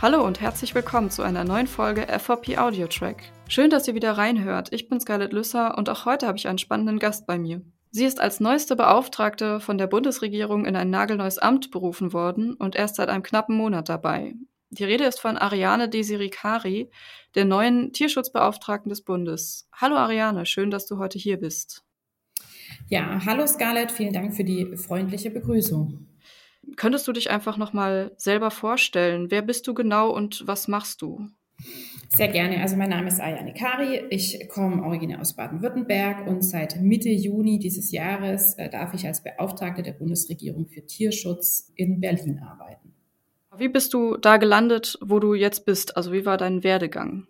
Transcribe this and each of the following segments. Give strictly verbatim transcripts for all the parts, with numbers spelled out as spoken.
Hallo und herzlich willkommen zu einer neuen Folge F V P Audio Track. Schön, dass ihr wieder reinhört. Ich bin Scarlett Lüsser und auch heute habe ich einen spannenden Gast bei mir. Sie ist als neueste Beauftragte von der Bundesregierung in ein nagelneues Amt berufen worden und erst seit einem knappen Monat dabei. Die Rede ist von Ariane Desiree-Kari, der neuen Tierschutzbeauftragten des Bundes. Hallo Ariane, schön, dass du heute hier bist. Ja, hallo Scarlett, vielen Dank für die freundliche Begrüßung. Könntest du dich einfach nochmal selber vorstellen? Wer bist du genau und was machst du? Sehr gerne. Also mein Name ist Ariane Kari. Ich komme originär aus Baden-Württemberg und seit Mitte Juni dieses Jahres äh, darf ich als Beauftragte der Bundesregierung für Tierschutz in Berlin arbeiten. Wie bist du da gelandet, wo du jetzt bist? Also wie war dein Werdegang?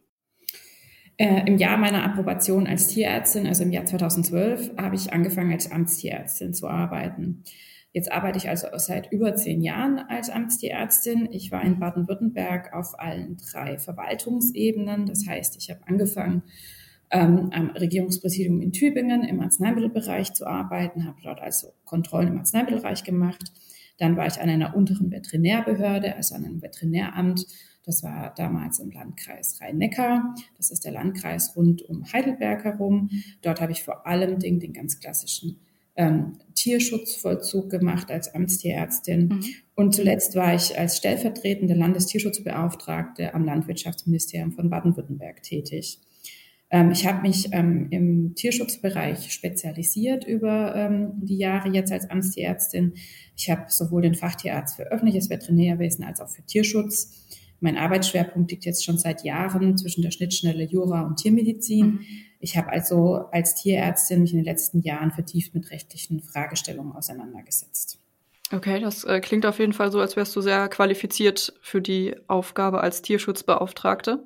Äh, Im Jahr meiner Approbation als Tierärztin, also im Jahr zweitausendzwölf, habe ich angefangen als Amtstierärztin zu arbeiten. Jetzt arbeite ich also seit über zehn Jahren als Amtstierärztin. Ich war in Baden-Württemberg auf allen drei Verwaltungsebenen. Das heißt, ich habe angefangen, ähm, am Regierungspräsidium in Tübingen im Arzneimittelbereich zu arbeiten, habe dort also Kontrollen im Arzneimittelbereich gemacht. Dann war ich an einer unteren Veterinärbehörde, also an einem Veterinäramt. Das war damals im Landkreis Rhein-Neckar. Das ist der Landkreis rund um Heidelberg herum. Dort habe ich vor allem den, den ganz klassischen ähm, Tierschutzvollzug gemacht als Amtstierärztin. Mhm. Und zuletzt war ich als stellvertretende Landestierschutzbeauftragte am Landwirtschaftsministerium von Baden-Württemberg tätig. Ähm, ich habe mich ähm, im Tierschutzbereich spezialisiert über ähm, die Jahre jetzt als Amtstierärztin. Ich habe sowohl den Fachtierarzt für öffentliches Veterinärwesen als auch für Tierschutz. Mein Arbeitsschwerpunkt liegt jetzt schon seit Jahren zwischen der Schnittstelle Jura und Tiermedizin. Mhm. Ich habe also als Tierärztin mich in den letzten Jahren vertieft mit rechtlichen Fragestellungen auseinandergesetzt. Okay, das äh, klingt auf jeden Fall so, als wärst du sehr qualifiziert für die Aufgabe als Tierschutzbeauftragte.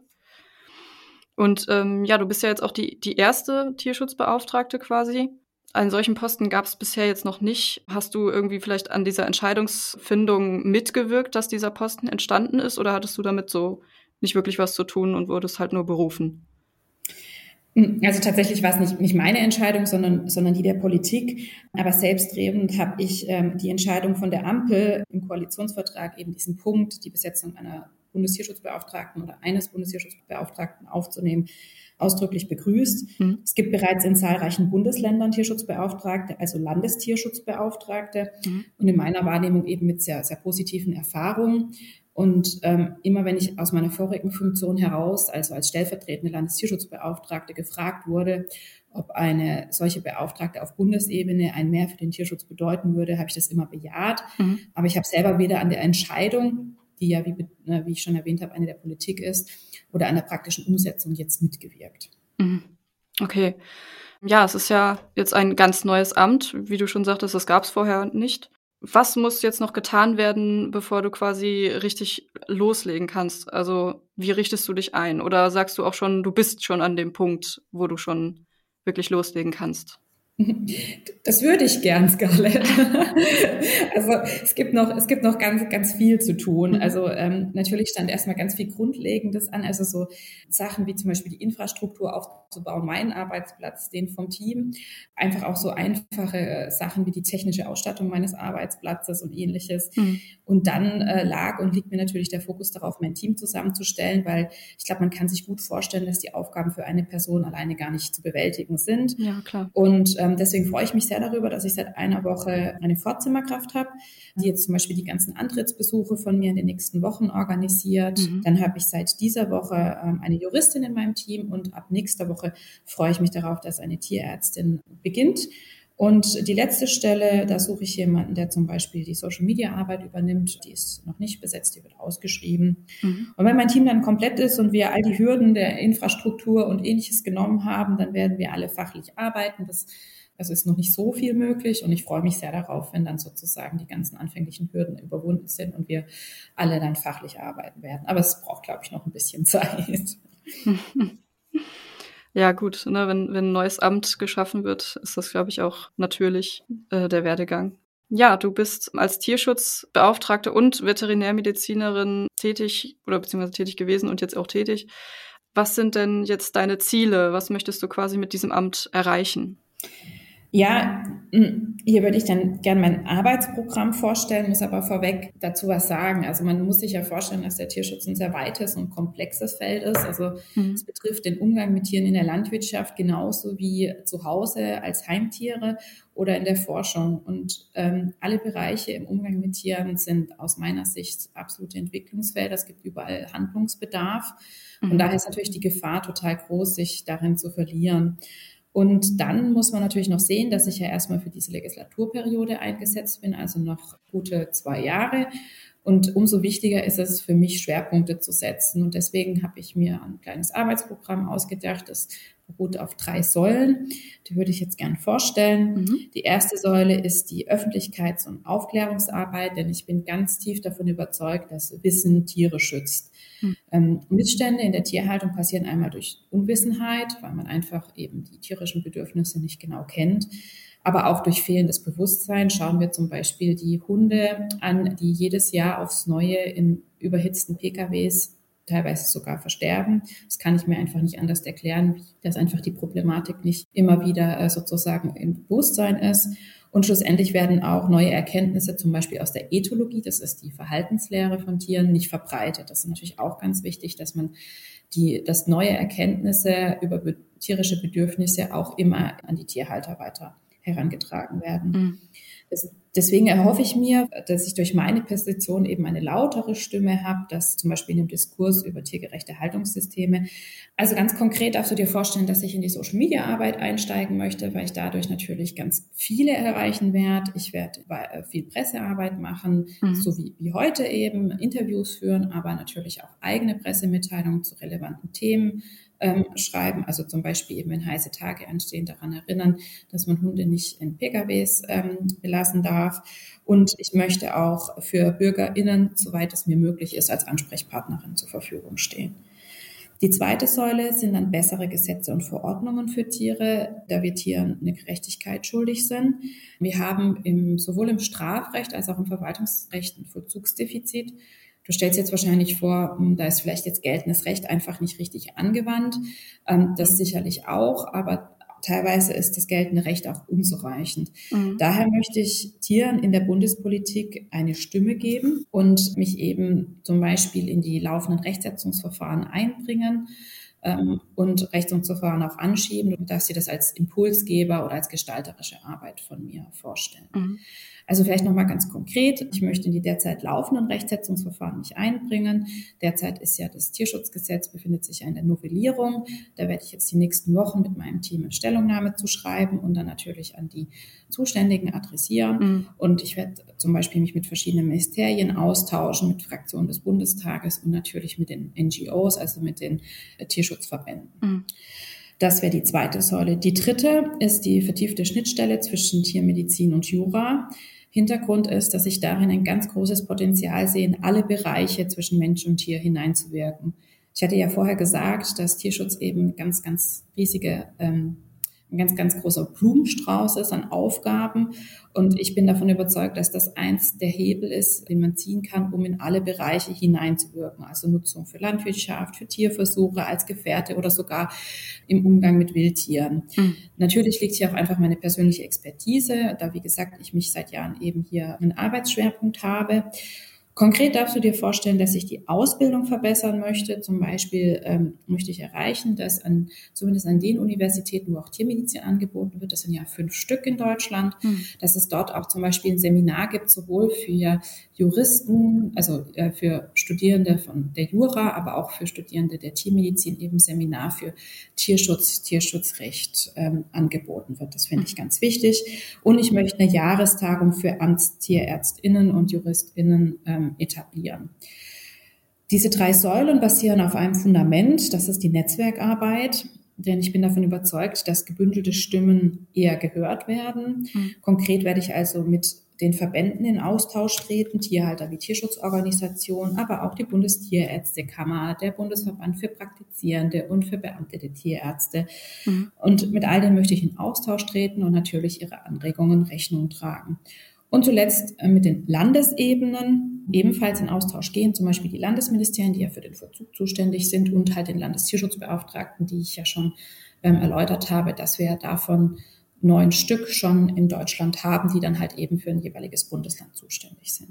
Und ähm, ja, du bist ja jetzt auch die, die erste Tierschutzbeauftragte quasi. Einen solchen Posten gab es bisher jetzt noch nicht. Hast du irgendwie vielleicht an dieser Entscheidungsfindung mitgewirkt, dass dieser Posten entstanden ist? Oder hattest du damit so nicht wirklich was zu tun und wurdest halt nur berufen? Also tatsächlich war es nicht, nicht meine Entscheidung, sondern, sondern die der Politik. Aber selbstredend habe ich ähm, die Entscheidung von der Ampel im Koalitionsvertrag, eben diesen Punkt, die Besetzung einer Bundestierschutzbeauftragten oder eines Bundestierschutzbeauftragten aufzunehmen, ausdrücklich begrüßt. Mhm. Es gibt bereits in zahlreichen Bundesländern Tierschutzbeauftragte, also Landestierschutzbeauftragte. Mhm. Und in meiner Wahrnehmung eben mit sehr, sehr positiven Erfahrungen. Und ähm, immer wenn ich aus meiner vorigen Funktion heraus, also als stellvertretende Landestierschutzbeauftragte, gefragt wurde, ob eine solche Beauftragte auf Bundesebene ein Mehr für den Tierschutz bedeuten würde, habe ich das immer bejaht. Mhm. Aber ich habe selber weder an der Entscheidung, die ja, wie, wie ich schon erwähnt habe, eine der Politik ist, oder an der praktischen Umsetzung jetzt mitgewirkt. Mhm. Okay. Ja, es ist ja jetzt ein ganz neues Amt, wie du schon sagtest, das gab es vorher nicht. Was muss jetzt noch getan werden, bevor du quasi richtig loslegen kannst? Also wie richtest du dich ein? Oder sagst du auch schon, du bist schon an dem Punkt, wo du schon wirklich loslegen kannst? Das würde ich gern, Scarlett. Also es gibt noch, es gibt noch ganz, ganz viel zu tun. Also ähm, natürlich stand erstmal ganz viel Grundlegendes an, also so Sachen wie zum Beispiel die Infrastruktur aufzubauen, meinen Arbeitsplatz, den vom Team, einfach auch so einfache Sachen wie die technische Ausstattung meines Arbeitsplatzes und ähnliches. Mhm. Und dann äh, lag und liegt mir natürlich der Fokus darauf, mein Team zusammenzustellen, weil ich glaube, man kann sich gut vorstellen, dass die Aufgaben für eine Person alleine gar nicht zu bewältigen sind. Ja, klar. Und ähm, deswegen freue ich mich sehr darüber, dass ich seit einer Woche eine Vorzimmerkraft habe, die jetzt zum Beispiel die ganzen Antrittsbesuche von mir in den nächsten Wochen organisiert. Mhm. Dann habe ich seit dieser Woche ähm, eine Juristin in meinem Team und ab nächster Woche freue ich mich darauf, dass eine Tierärztin beginnt. Und die letzte Stelle, da suche ich jemanden, der zum Beispiel die Social-Media-Arbeit übernimmt. Die ist noch nicht besetzt, die wird ausgeschrieben. Mhm. Und wenn mein Team dann komplett ist und wir all die Hürden der Infrastruktur und Ähnliches genommen haben, dann werden wir alle fachlich arbeiten. Das, das ist noch nicht so viel möglich und ich freue mich sehr darauf, wenn dann sozusagen die ganzen anfänglichen Hürden überwunden sind und wir alle dann fachlich arbeiten werden. Aber es braucht, glaube ich, noch ein bisschen Zeit. Ja, gut, ne, wenn, wenn ein neues Amt geschaffen wird, ist das, glaube ich, auch natürlich äh, der Werdegang. Ja, du bist als Tierschutzbeauftragte und Veterinärmedizinerin tätig oder beziehungsweise tätig gewesen und jetzt auch tätig. Was sind denn jetzt deine Ziele? Was möchtest du quasi mit diesem Amt erreichen? Ja, hier würde ich dann gerne mein Arbeitsprogramm vorstellen, muss aber vorweg dazu was sagen. Also man muss sich ja vorstellen, dass der Tierschutz ein sehr weites und komplexes Feld ist. Also Mhm. es betrifft den Umgang mit Tieren in der Landwirtschaft genauso wie zu Hause als Heimtiere oder in der Forschung. Und ähm, alle Bereiche im Umgang mit Tieren sind aus meiner Sicht absolute Entwicklungsfelder. Es gibt überall Handlungsbedarf. Und Mhm. daher ist natürlich die Gefahr total groß, sich darin zu verlieren. Und dann muss man natürlich noch sehen, dass ich ja erstmal für diese Legislaturperiode eingesetzt bin, also noch gute zwei Jahre. Und umso wichtiger ist es für mich, Schwerpunkte zu setzen. Und deswegen habe ich mir ein kleines Arbeitsprogramm ausgedacht, das beruht auf drei Säulen. Die würde ich jetzt gern vorstellen. Mhm. Die erste Säule ist die Öffentlichkeits- und Aufklärungsarbeit, denn ich bin ganz tief davon überzeugt, dass Wissen Tiere schützt. Mhm. Ähm, Missstände in der Tierhaltung passieren einmal durch Unwissenheit, weil man einfach eben die tierischen Bedürfnisse nicht genau kennt, aber auch durch fehlendes Bewusstsein. Schauen wir zum Beispiel die Hunde an, die jedes Jahr aufs Neue in überhitzten P K Ws teilweise sogar versterben. Das kann ich mir einfach nicht anders erklären, dass einfach die Problematik nicht immer wieder äh, sozusagen im Bewusstsein ist. Und schlussendlich werden auch neue Erkenntnisse, zum Beispiel aus der Ethologie, das ist die Verhaltenslehre von Tieren, nicht verbreitet. Das ist natürlich auch ganz wichtig, dass man die, dass neue Erkenntnisse über be- tierische Bedürfnisse auch immer an die Tierhalter weiter herangetragen werden. Mhm. Das, deswegen erhoffe ich mir, dass ich durch meine Position eben eine lautere Stimme habe, dass zum Beispiel in dem Diskurs über tiergerechte Haltungssysteme. Also ganz konkret darfst du dir vorstellen, dass ich in die Social-Media-Arbeit einsteigen möchte, weil ich dadurch natürlich ganz viele erreichen werde. Ich werde viel Pressearbeit machen, Mhm. so wie, wie heute eben, Interviews führen, aber natürlich auch eigene Pressemitteilungen zu relevanten Themen ähm, schreiben. Also zum Beispiel eben, wenn heiße Tage anstehen, daran erinnern, dass man Hunde nicht in P K Ws ähm, belassen darf. Und ich möchte auch für BürgerInnen, soweit es mir möglich ist, als Ansprechpartnerin zur Verfügung stehen. Die zweite Säule sind dann bessere Gesetze und Verordnungen für Tiere, da wir Tieren eine Gerechtigkeit schuldig sind. Wir haben im, sowohl im Strafrecht als auch im Verwaltungsrecht ein Vollzugsdefizit. Du stellst jetzt wahrscheinlich vor, da ist vielleicht jetzt geltendes Recht einfach nicht richtig angewandt. Das sicherlich auch, aber teilweise ist das geltende Recht auch unzureichend. Mhm. Daher möchte ich Tieren in der Bundespolitik eine Stimme geben und mich eben zum Beispiel in die laufenden Rechtsetzungsverfahren einbringen ähm, und Rechtsetzungsverfahren auch anschieben und dass sie das als Impulsgeber oder als gestalterische Arbeit von mir vorstellen. Mhm. Also vielleicht nochmal ganz konkret, ich möchte in die derzeit laufenden Rechtsetzungsverfahren mich einbringen. Derzeit ist ja das Tierschutzgesetz, befindet sich ja in der Novellierung. Da werde ich jetzt die nächsten Wochen mit meinem Team eine Stellungnahme zu schreiben und dann natürlich an die Zuständigen adressieren. Mhm. Und ich werde zum Beispiel mich mit verschiedenen Ministerien austauschen, mit Fraktionen des Bundestages und natürlich mit den N G Os, also mit den Tierschutzverbänden. Mhm. Das wäre die zweite Säule. Die dritte ist die vertiefte Schnittstelle zwischen Tiermedizin und Jura. Hintergrund ist, dass ich darin ein ganz großes Potenzial sehe, in alle Bereiche zwischen Mensch und Tier hineinzuwirken. Ich hatte ja vorher gesagt, dass Tierschutz eben ganz, ganz riesige, ähm, ein ganz, ganz großer Blumenstrauß ist an Aufgaben. Und ich bin davon überzeugt, dass das eins der Hebel ist, den man ziehen kann, um in alle Bereiche hineinzuwirken. Also Nutzung für Landwirtschaft, für Tierversuche als Gefährte oder sogar im Umgang mit Wildtieren. Mhm. Natürlich liegt hier auch einfach meine persönliche Expertise, da, wie gesagt, ich mich seit Jahren eben hier einen Arbeitsschwerpunkt habe. Konkret darfst du dir vorstellen, dass ich die Ausbildung verbessern möchte. Zum Beispiel ähm, möchte ich erreichen, dass an, zumindest an den Universitäten, wo auch Tiermedizin angeboten wird, das sind ja fünf Stück in Deutschland, hm. dass es dort auch zum Beispiel ein Seminar gibt, sowohl für Juristen, also äh, für Studierende von der Jura, aber auch für Studierende der Tiermedizin eben Seminar für Tierschutz, Tierschutzrecht ähm, angeboten wird. Das finde ich ganz wichtig. Und ich möchte eine Jahrestagung für AmtstierärztInnen und JuristInnen ähm, etablieren. Diese drei Säulen basieren auf einem Fundament, das ist die Netzwerkarbeit, denn ich bin davon überzeugt, dass gebündelte Stimmen eher gehört werden. Mhm. Konkret werde ich also mit den Verbänden in Austausch treten, Tierhalter wie Tierschutzorganisationen, aber auch die Bundestierärztekammer, der Bundesverband für Praktizierende und für beamtete Tierärzte. Mhm. Und mit all denen möchte ich in Austausch treten und natürlich ihre Anregungen Rechnung tragen. Und zuletzt mit den Landesebenen ebenfalls in Austausch gehen, zum Beispiel die Landesministerien, die ja für den Vollzug zuständig sind, und halt den Landestierschutzbeauftragten, die ich ja schon ähm, erläutert habe, dass wir davon neun Stück schon in Deutschland haben, die dann halt eben für ein jeweiliges Bundesland zuständig sind.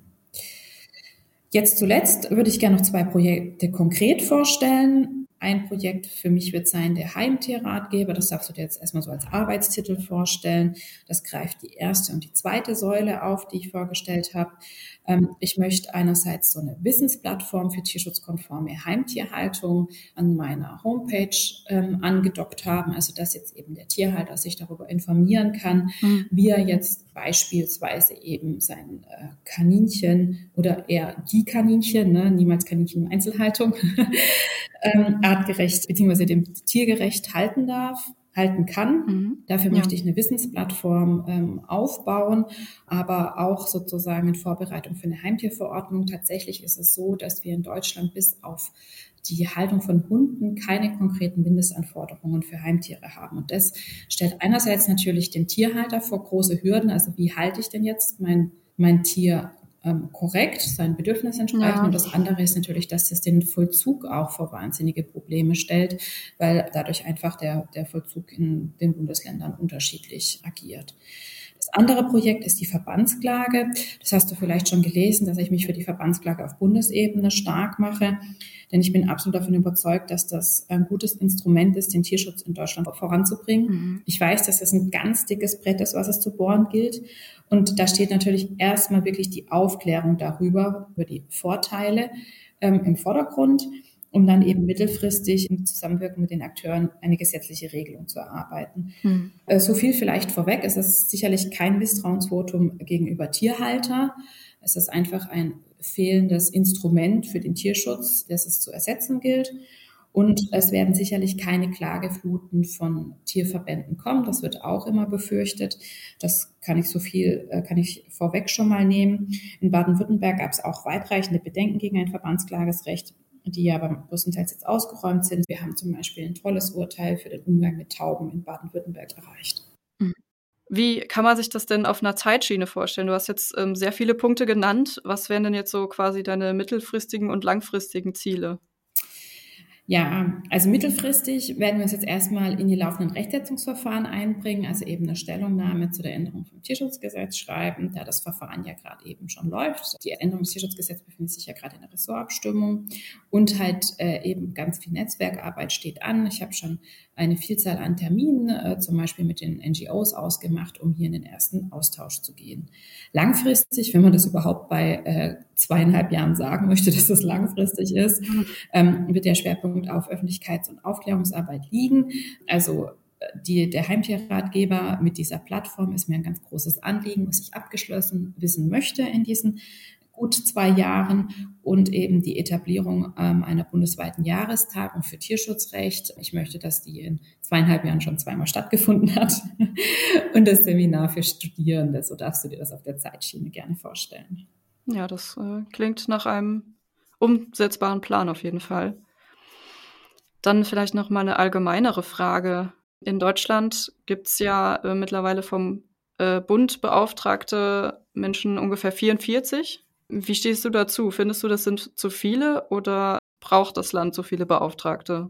Jetzt zuletzt würde ich gerne noch zwei Projekte konkret vorstellen. Ein Projekt für mich wird sein der Heimtierratgeber. Das darfst du dir jetzt erstmal so als Arbeitstitel vorstellen. Das greift die erste und die zweite Säule auf, die ich vorgestellt habe. Ich möchte einerseits so eine Wissensplattform für tierschutzkonforme Heimtierhaltung an meiner Homepage ähm, angedockt haben, also dass jetzt eben der Tierhalter sich darüber informieren kann, mhm. wie er jetzt beispielsweise eben sein äh, Kaninchen oder eher die Kaninchen, ne, niemals Kaninchen in Einzelhaltung, ähm, artgerecht bzw. dem tiergerecht halten darf. halten kann. Mhm. Dafür ja. möchte ich eine Wissensplattform ähm, aufbauen, aber auch sozusagen in Vorbereitung für eine Heimtierverordnung. Tatsächlich ist es so, dass wir in Deutschland bis auf die Haltung von Hunden keine konkreten Mindestanforderungen für Heimtiere haben. Und das stellt einerseits natürlich den Tierhalter vor große Hürden. Also wie halte ich denn jetzt mein, mein Tier Ähm, korrekt, seinen Bedürfnissen entsprechen. Ja. Und das andere ist natürlich, dass es den Vollzug auch vor wahnsinnige Probleme stellt, weil dadurch einfach der, der Vollzug in den Bundesländern unterschiedlich agiert. Das andere Projekt ist die Verbandsklage. Das hast du vielleicht schon gelesen, dass ich mich für die Verbandsklage auf Bundesebene stark mache. Denn ich bin absolut davon überzeugt, dass das ein gutes Instrument ist, den Tierschutz in Deutschland voranzubringen. Mhm. Ich weiß, dass das ein ganz dickes Brett ist, was es zu bohren gilt. Und da steht natürlich erstmal wirklich die Aufklärung darüber, über die Vorteile ähm, im Vordergrund, um dann eben mittelfristig im Zusammenwirken mit den Akteuren eine gesetzliche Regelung zu erarbeiten. Hm. Äh, so viel vielleicht vorweg. Es ist sicherlich kein Misstrauensvotum gegenüber Tierhalter. Es ist einfach ein fehlendes Instrument für den Tierschutz, das es zu ersetzen gilt. Und es werden sicherlich keine Klagefluten von Tierverbänden kommen. Das wird auch immer befürchtet. Das kann ich so viel, kann ich vorweg schon mal nehmen. In Baden-Württemberg gab es auch weitreichende Bedenken gegen ein Verbandsklagesrecht, die aber größtenteils jetzt ausgeräumt sind. Wir haben zum Beispiel ein tolles Urteil für den Umgang mit Tauben in Baden-Württemberg erreicht. Wie kann man sich das denn auf einer Zeitschiene vorstellen? Du hast jetzt ähm, sehr viele Punkte genannt. Was wären denn jetzt so quasi deine mittelfristigen und langfristigen Ziele? Ja, also mittelfristig werden wir uns jetzt erstmal in die laufenden Rechtsetzungsverfahren einbringen, also eben eine Stellungnahme zu der Änderung vom Tierschutzgesetz schreiben, da das Verfahren ja gerade eben schon läuft. Die Änderung des Tierschutzgesetzes befindet sich ja gerade in der Ressortabstimmung und halt äh, eben ganz viel Netzwerkarbeit steht an. Ich habe schon eine Vielzahl an Terminen, äh, zum Beispiel mit den N G Os ausgemacht, um hier in den ersten Austausch zu gehen. Langfristig, wenn man das überhaupt bei äh, zweieinhalb Jahren sagen möchte, dass das langfristig ist, ähm, wird der Schwerpunkt auf Öffentlichkeits- und Aufklärungsarbeit liegen. Also die, der Heimtierratgeber mit dieser Plattform ist mir ein ganz großes Anliegen, was ich abgeschlossen wissen möchte in diesen gut zwei Jahren und eben die Etablierung ähm, einer bundesweiten Jahrestagung für Tierschutzrecht. Ich möchte, dass die in zweieinhalb Jahren schon zweimal stattgefunden hat und das Seminar für Studierende. So darfst du dir das auf der Zeitschiene gerne vorstellen. Ja, das äh, klingt nach einem umsetzbaren Plan auf jeden Fall. Dann vielleicht noch mal eine allgemeinere Frage. In Deutschland gibt es ja äh, mittlerweile vom äh, Bund beauftragte Menschen ungefähr vierundvierzig. Wie stehst du dazu? Findest du, das sind zu viele oder braucht das Land so viele Beauftragte?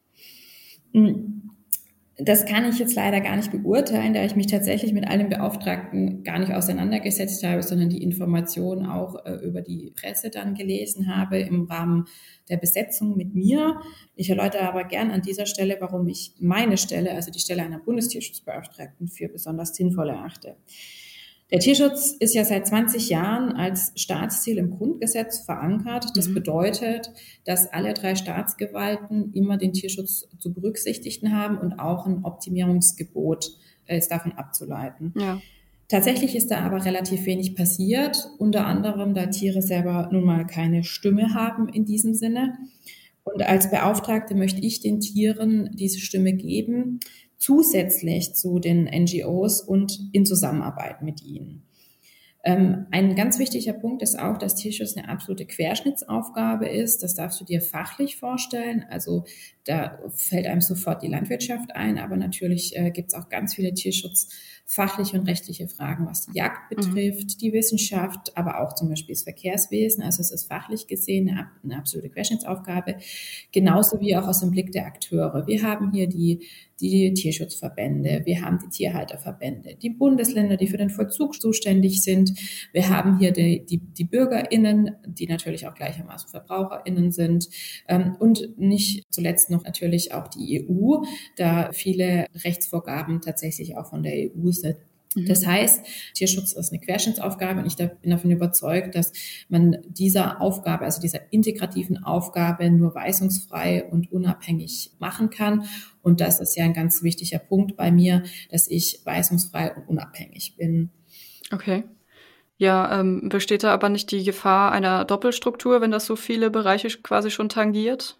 Das kann ich jetzt leider gar nicht beurteilen, da ich mich tatsächlich mit allen Beauftragten gar nicht auseinandergesetzt habe, sondern die Informationen auch äh, über die Presse dann gelesen habe im Rahmen der Besetzung mit mir. Ich erläutere aber gern an dieser Stelle, warum ich meine Stelle, also die Stelle einer Bundestierschutzbeauftragten, für besonders sinnvoll erachte. Der Tierschutz ist ja seit zwanzig Jahren als Staatsziel im Grundgesetz verankert. Das mhm. bedeutet, dass alle drei Staatsgewalten immer den Tierschutz zu berücksichtigen haben und auch ein Optimierungsgebot ist davon abzuleiten. Ja. Tatsächlich ist da aber relativ wenig passiert, unter anderem, da Tiere selber nun mal keine Stimme haben in diesem Sinne. Und als Beauftragte möchte ich den Tieren diese Stimme geben, zusätzlich zu den N G Os und in Zusammenarbeit mit ihnen. Ähm, ein ganz wichtiger Punkt ist auch, dass Tierschutz eine absolute Querschnittsaufgabe ist. Das darfst du dir fachlich vorstellen. Also da fällt einem sofort die Landwirtschaft ein, aber natürlich äh, gibt es auch ganz viele tierschutzfachliche und rechtliche Fragen, was die Jagd betrifft, mhm. die Wissenschaft, aber auch zum Beispiel das Verkehrswesen. Also es ist fachlich gesehen eine, eine absolute Querschnittsaufgabe, genauso wie auch aus dem Blick der Akteure. Wir haben hier die die Tierschutzverbände, wir haben die Tierhalterverbände, die Bundesländer, die für den Vollzug zuständig sind. Wir haben hier die, die, die BürgerInnen, die natürlich auch gleichermaßen VerbraucherInnen sind, ähm, und nicht zuletzt noch natürlich auch die E U, da viele Rechtsvorgaben tatsächlich auch von der E U sind. Das heißt, Tierschutz ist eine Querschnittsaufgabe und ich bin davon überzeugt, dass man dieser Aufgabe, also dieser integrativen Aufgabe nur weisungsfrei und unabhängig machen kann. Und das ist ja ein ganz wichtiger Punkt bei mir, dass ich weisungsfrei und unabhängig bin. Okay. Ja, ähm, besteht da aber nicht die Gefahr einer Doppelstruktur, wenn das so viele Bereiche quasi schon tangiert?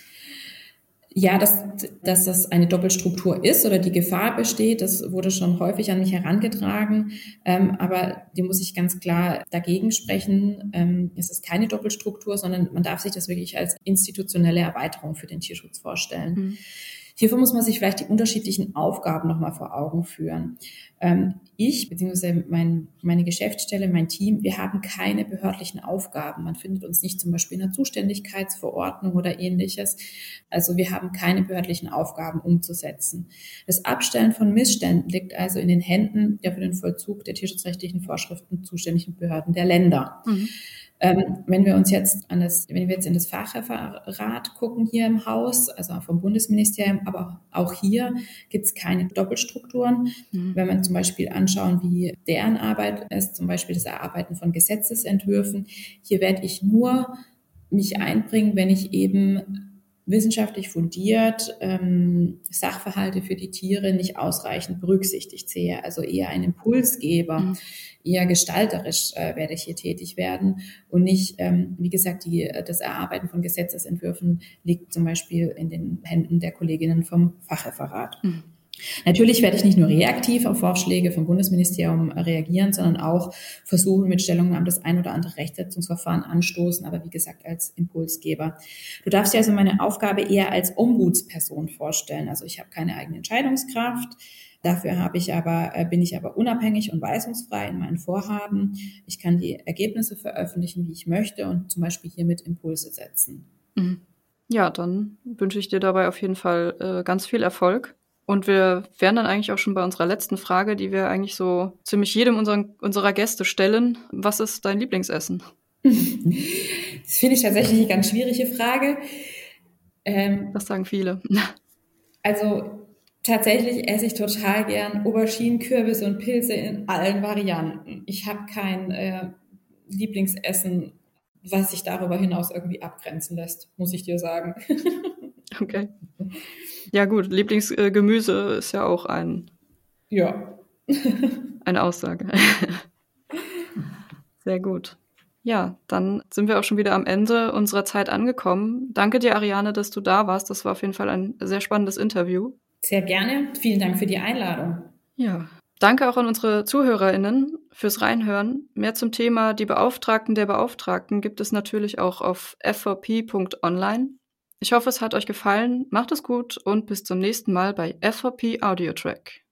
Ja, dass, dass das eine Doppelstruktur ist oder die Gefahr besteht, das wurde schon häufig an mich herangetragen, ähm, aber die muss ich ganz klar dagegen sprechen. Ähm, es ist keine Doppelstruktur, sondern man darf sich das wirklich als institutionelle Erweiterung für den Tierschutz vorstellen. Mhm. Hierfür muss man sich vielleicht die unterschiedlichen Aufgaben nochmal vor Augen führen. Ähm, ich bzw. Mein, meine Geschäftsstelle, mein Team, wir haben keine behördlichen Aufgaben. Man findet uns nicht zum Beispiel in einer Zuständigkeitsverordnung oder ähnliches. Also wir haben keine behördlichen Aufgaben umzusetzen. Das Abstellen von Missständen liegt also in den Händen der für den Vollzug der tierschutzrechtlichen Vorschriften zuständigen Behörden der Länder. Mhm. Ähm, wenn wir uns jetzt an das, wenn wir jetzt in das Fachreferat gucken hier im Haus, also vom Bundesministerium, aber auch hier gibt es keine Doppelstrukturen. Mhm. Wenn man zum Beispiel anschauen, wie deren Arbeit ist, zum Beispiel das Erarbeiten von Gesetzesentwürfen, hier werde ich nur mich einbringen, wenn ich eben wissenschaftlich fundiert ähm, Sachverhalte für die Tiere nicht ausreichend berücksichtigt sehe, also eher ein Impulsgeber, mhm. eher gestalterisch äh, werde ich hier tätig werden und nicht, ähm, wie gesagt, die, das Erarbeiten von Gesetzesentwürfen liegt zum Beispiel in den Händen der Kolleginnen vom Fachreferat. Mhm. Natürlich werde ich nicht nur reaktiv auf Vorschläge vom Bundesministerium reagieren, sondern auch versuchen, mit Stellungnahmen das ein oder andere Rechtsetzungsverfahren anstoßen, aber wie gesagt als Impulsgeber. Du darfst dir also meine Aufgabe eher als Ombudsperson vorstellen. Also ich habe keine eigene Entscheidungskraft. Dafür habe ich aber, bin ich aber unabhängig und weisungsfrei in meinen Vorhaben. Ich kann die Ergebnisse veröffentlichen, wie ich möchte und zum Beispiel hiermit Impulse setzen. Ja, dann wünsche ich dir dabei auf jeden Fall äh, ganz viel Erfolg. Und wir wären dann eigentlich auch schon bei unserer letzten Frage, die wir eigentlich so ziemlich jedem unseren, unserer Gäste stellen. Was ist dein Lieblingsessen? Das finde ich tatsächlich eine ganz schwierige Frage. Ähm, das sagen viele. Also tatsächlich esse ich total gern Auberginen, Kürbisse und Pilze in allen Varianten. Ich habe kein äh, Lieblingsessen, was sich darüber hinaus irgendwie abgrenzen lässt, muss ich dir sagen. Okay. Ja gut, Lieblingsgemüse ist ja auch ein ja. eine Aussage. Sehr gut. Ja, dann sind wir auch schon wieder am Ende unserer Zeit angekommen. Danke dir, Ariane, dass du da warst. Das war auf jeden Fall ein sehr spannendes Interview. Sehr gerne. Vielen Dank für die Einladung. Ja, danke auch an unsere ZuhörerInnen fürs Reinhören. Mehr zum Thema die Beauftragten der Beauftragten gibt es natürlich auch auf f v p punkt online. Ich hoffe, es hat euch gefallen. Macht es gut und bis zum nächsten Mal bei F V P Audio Track.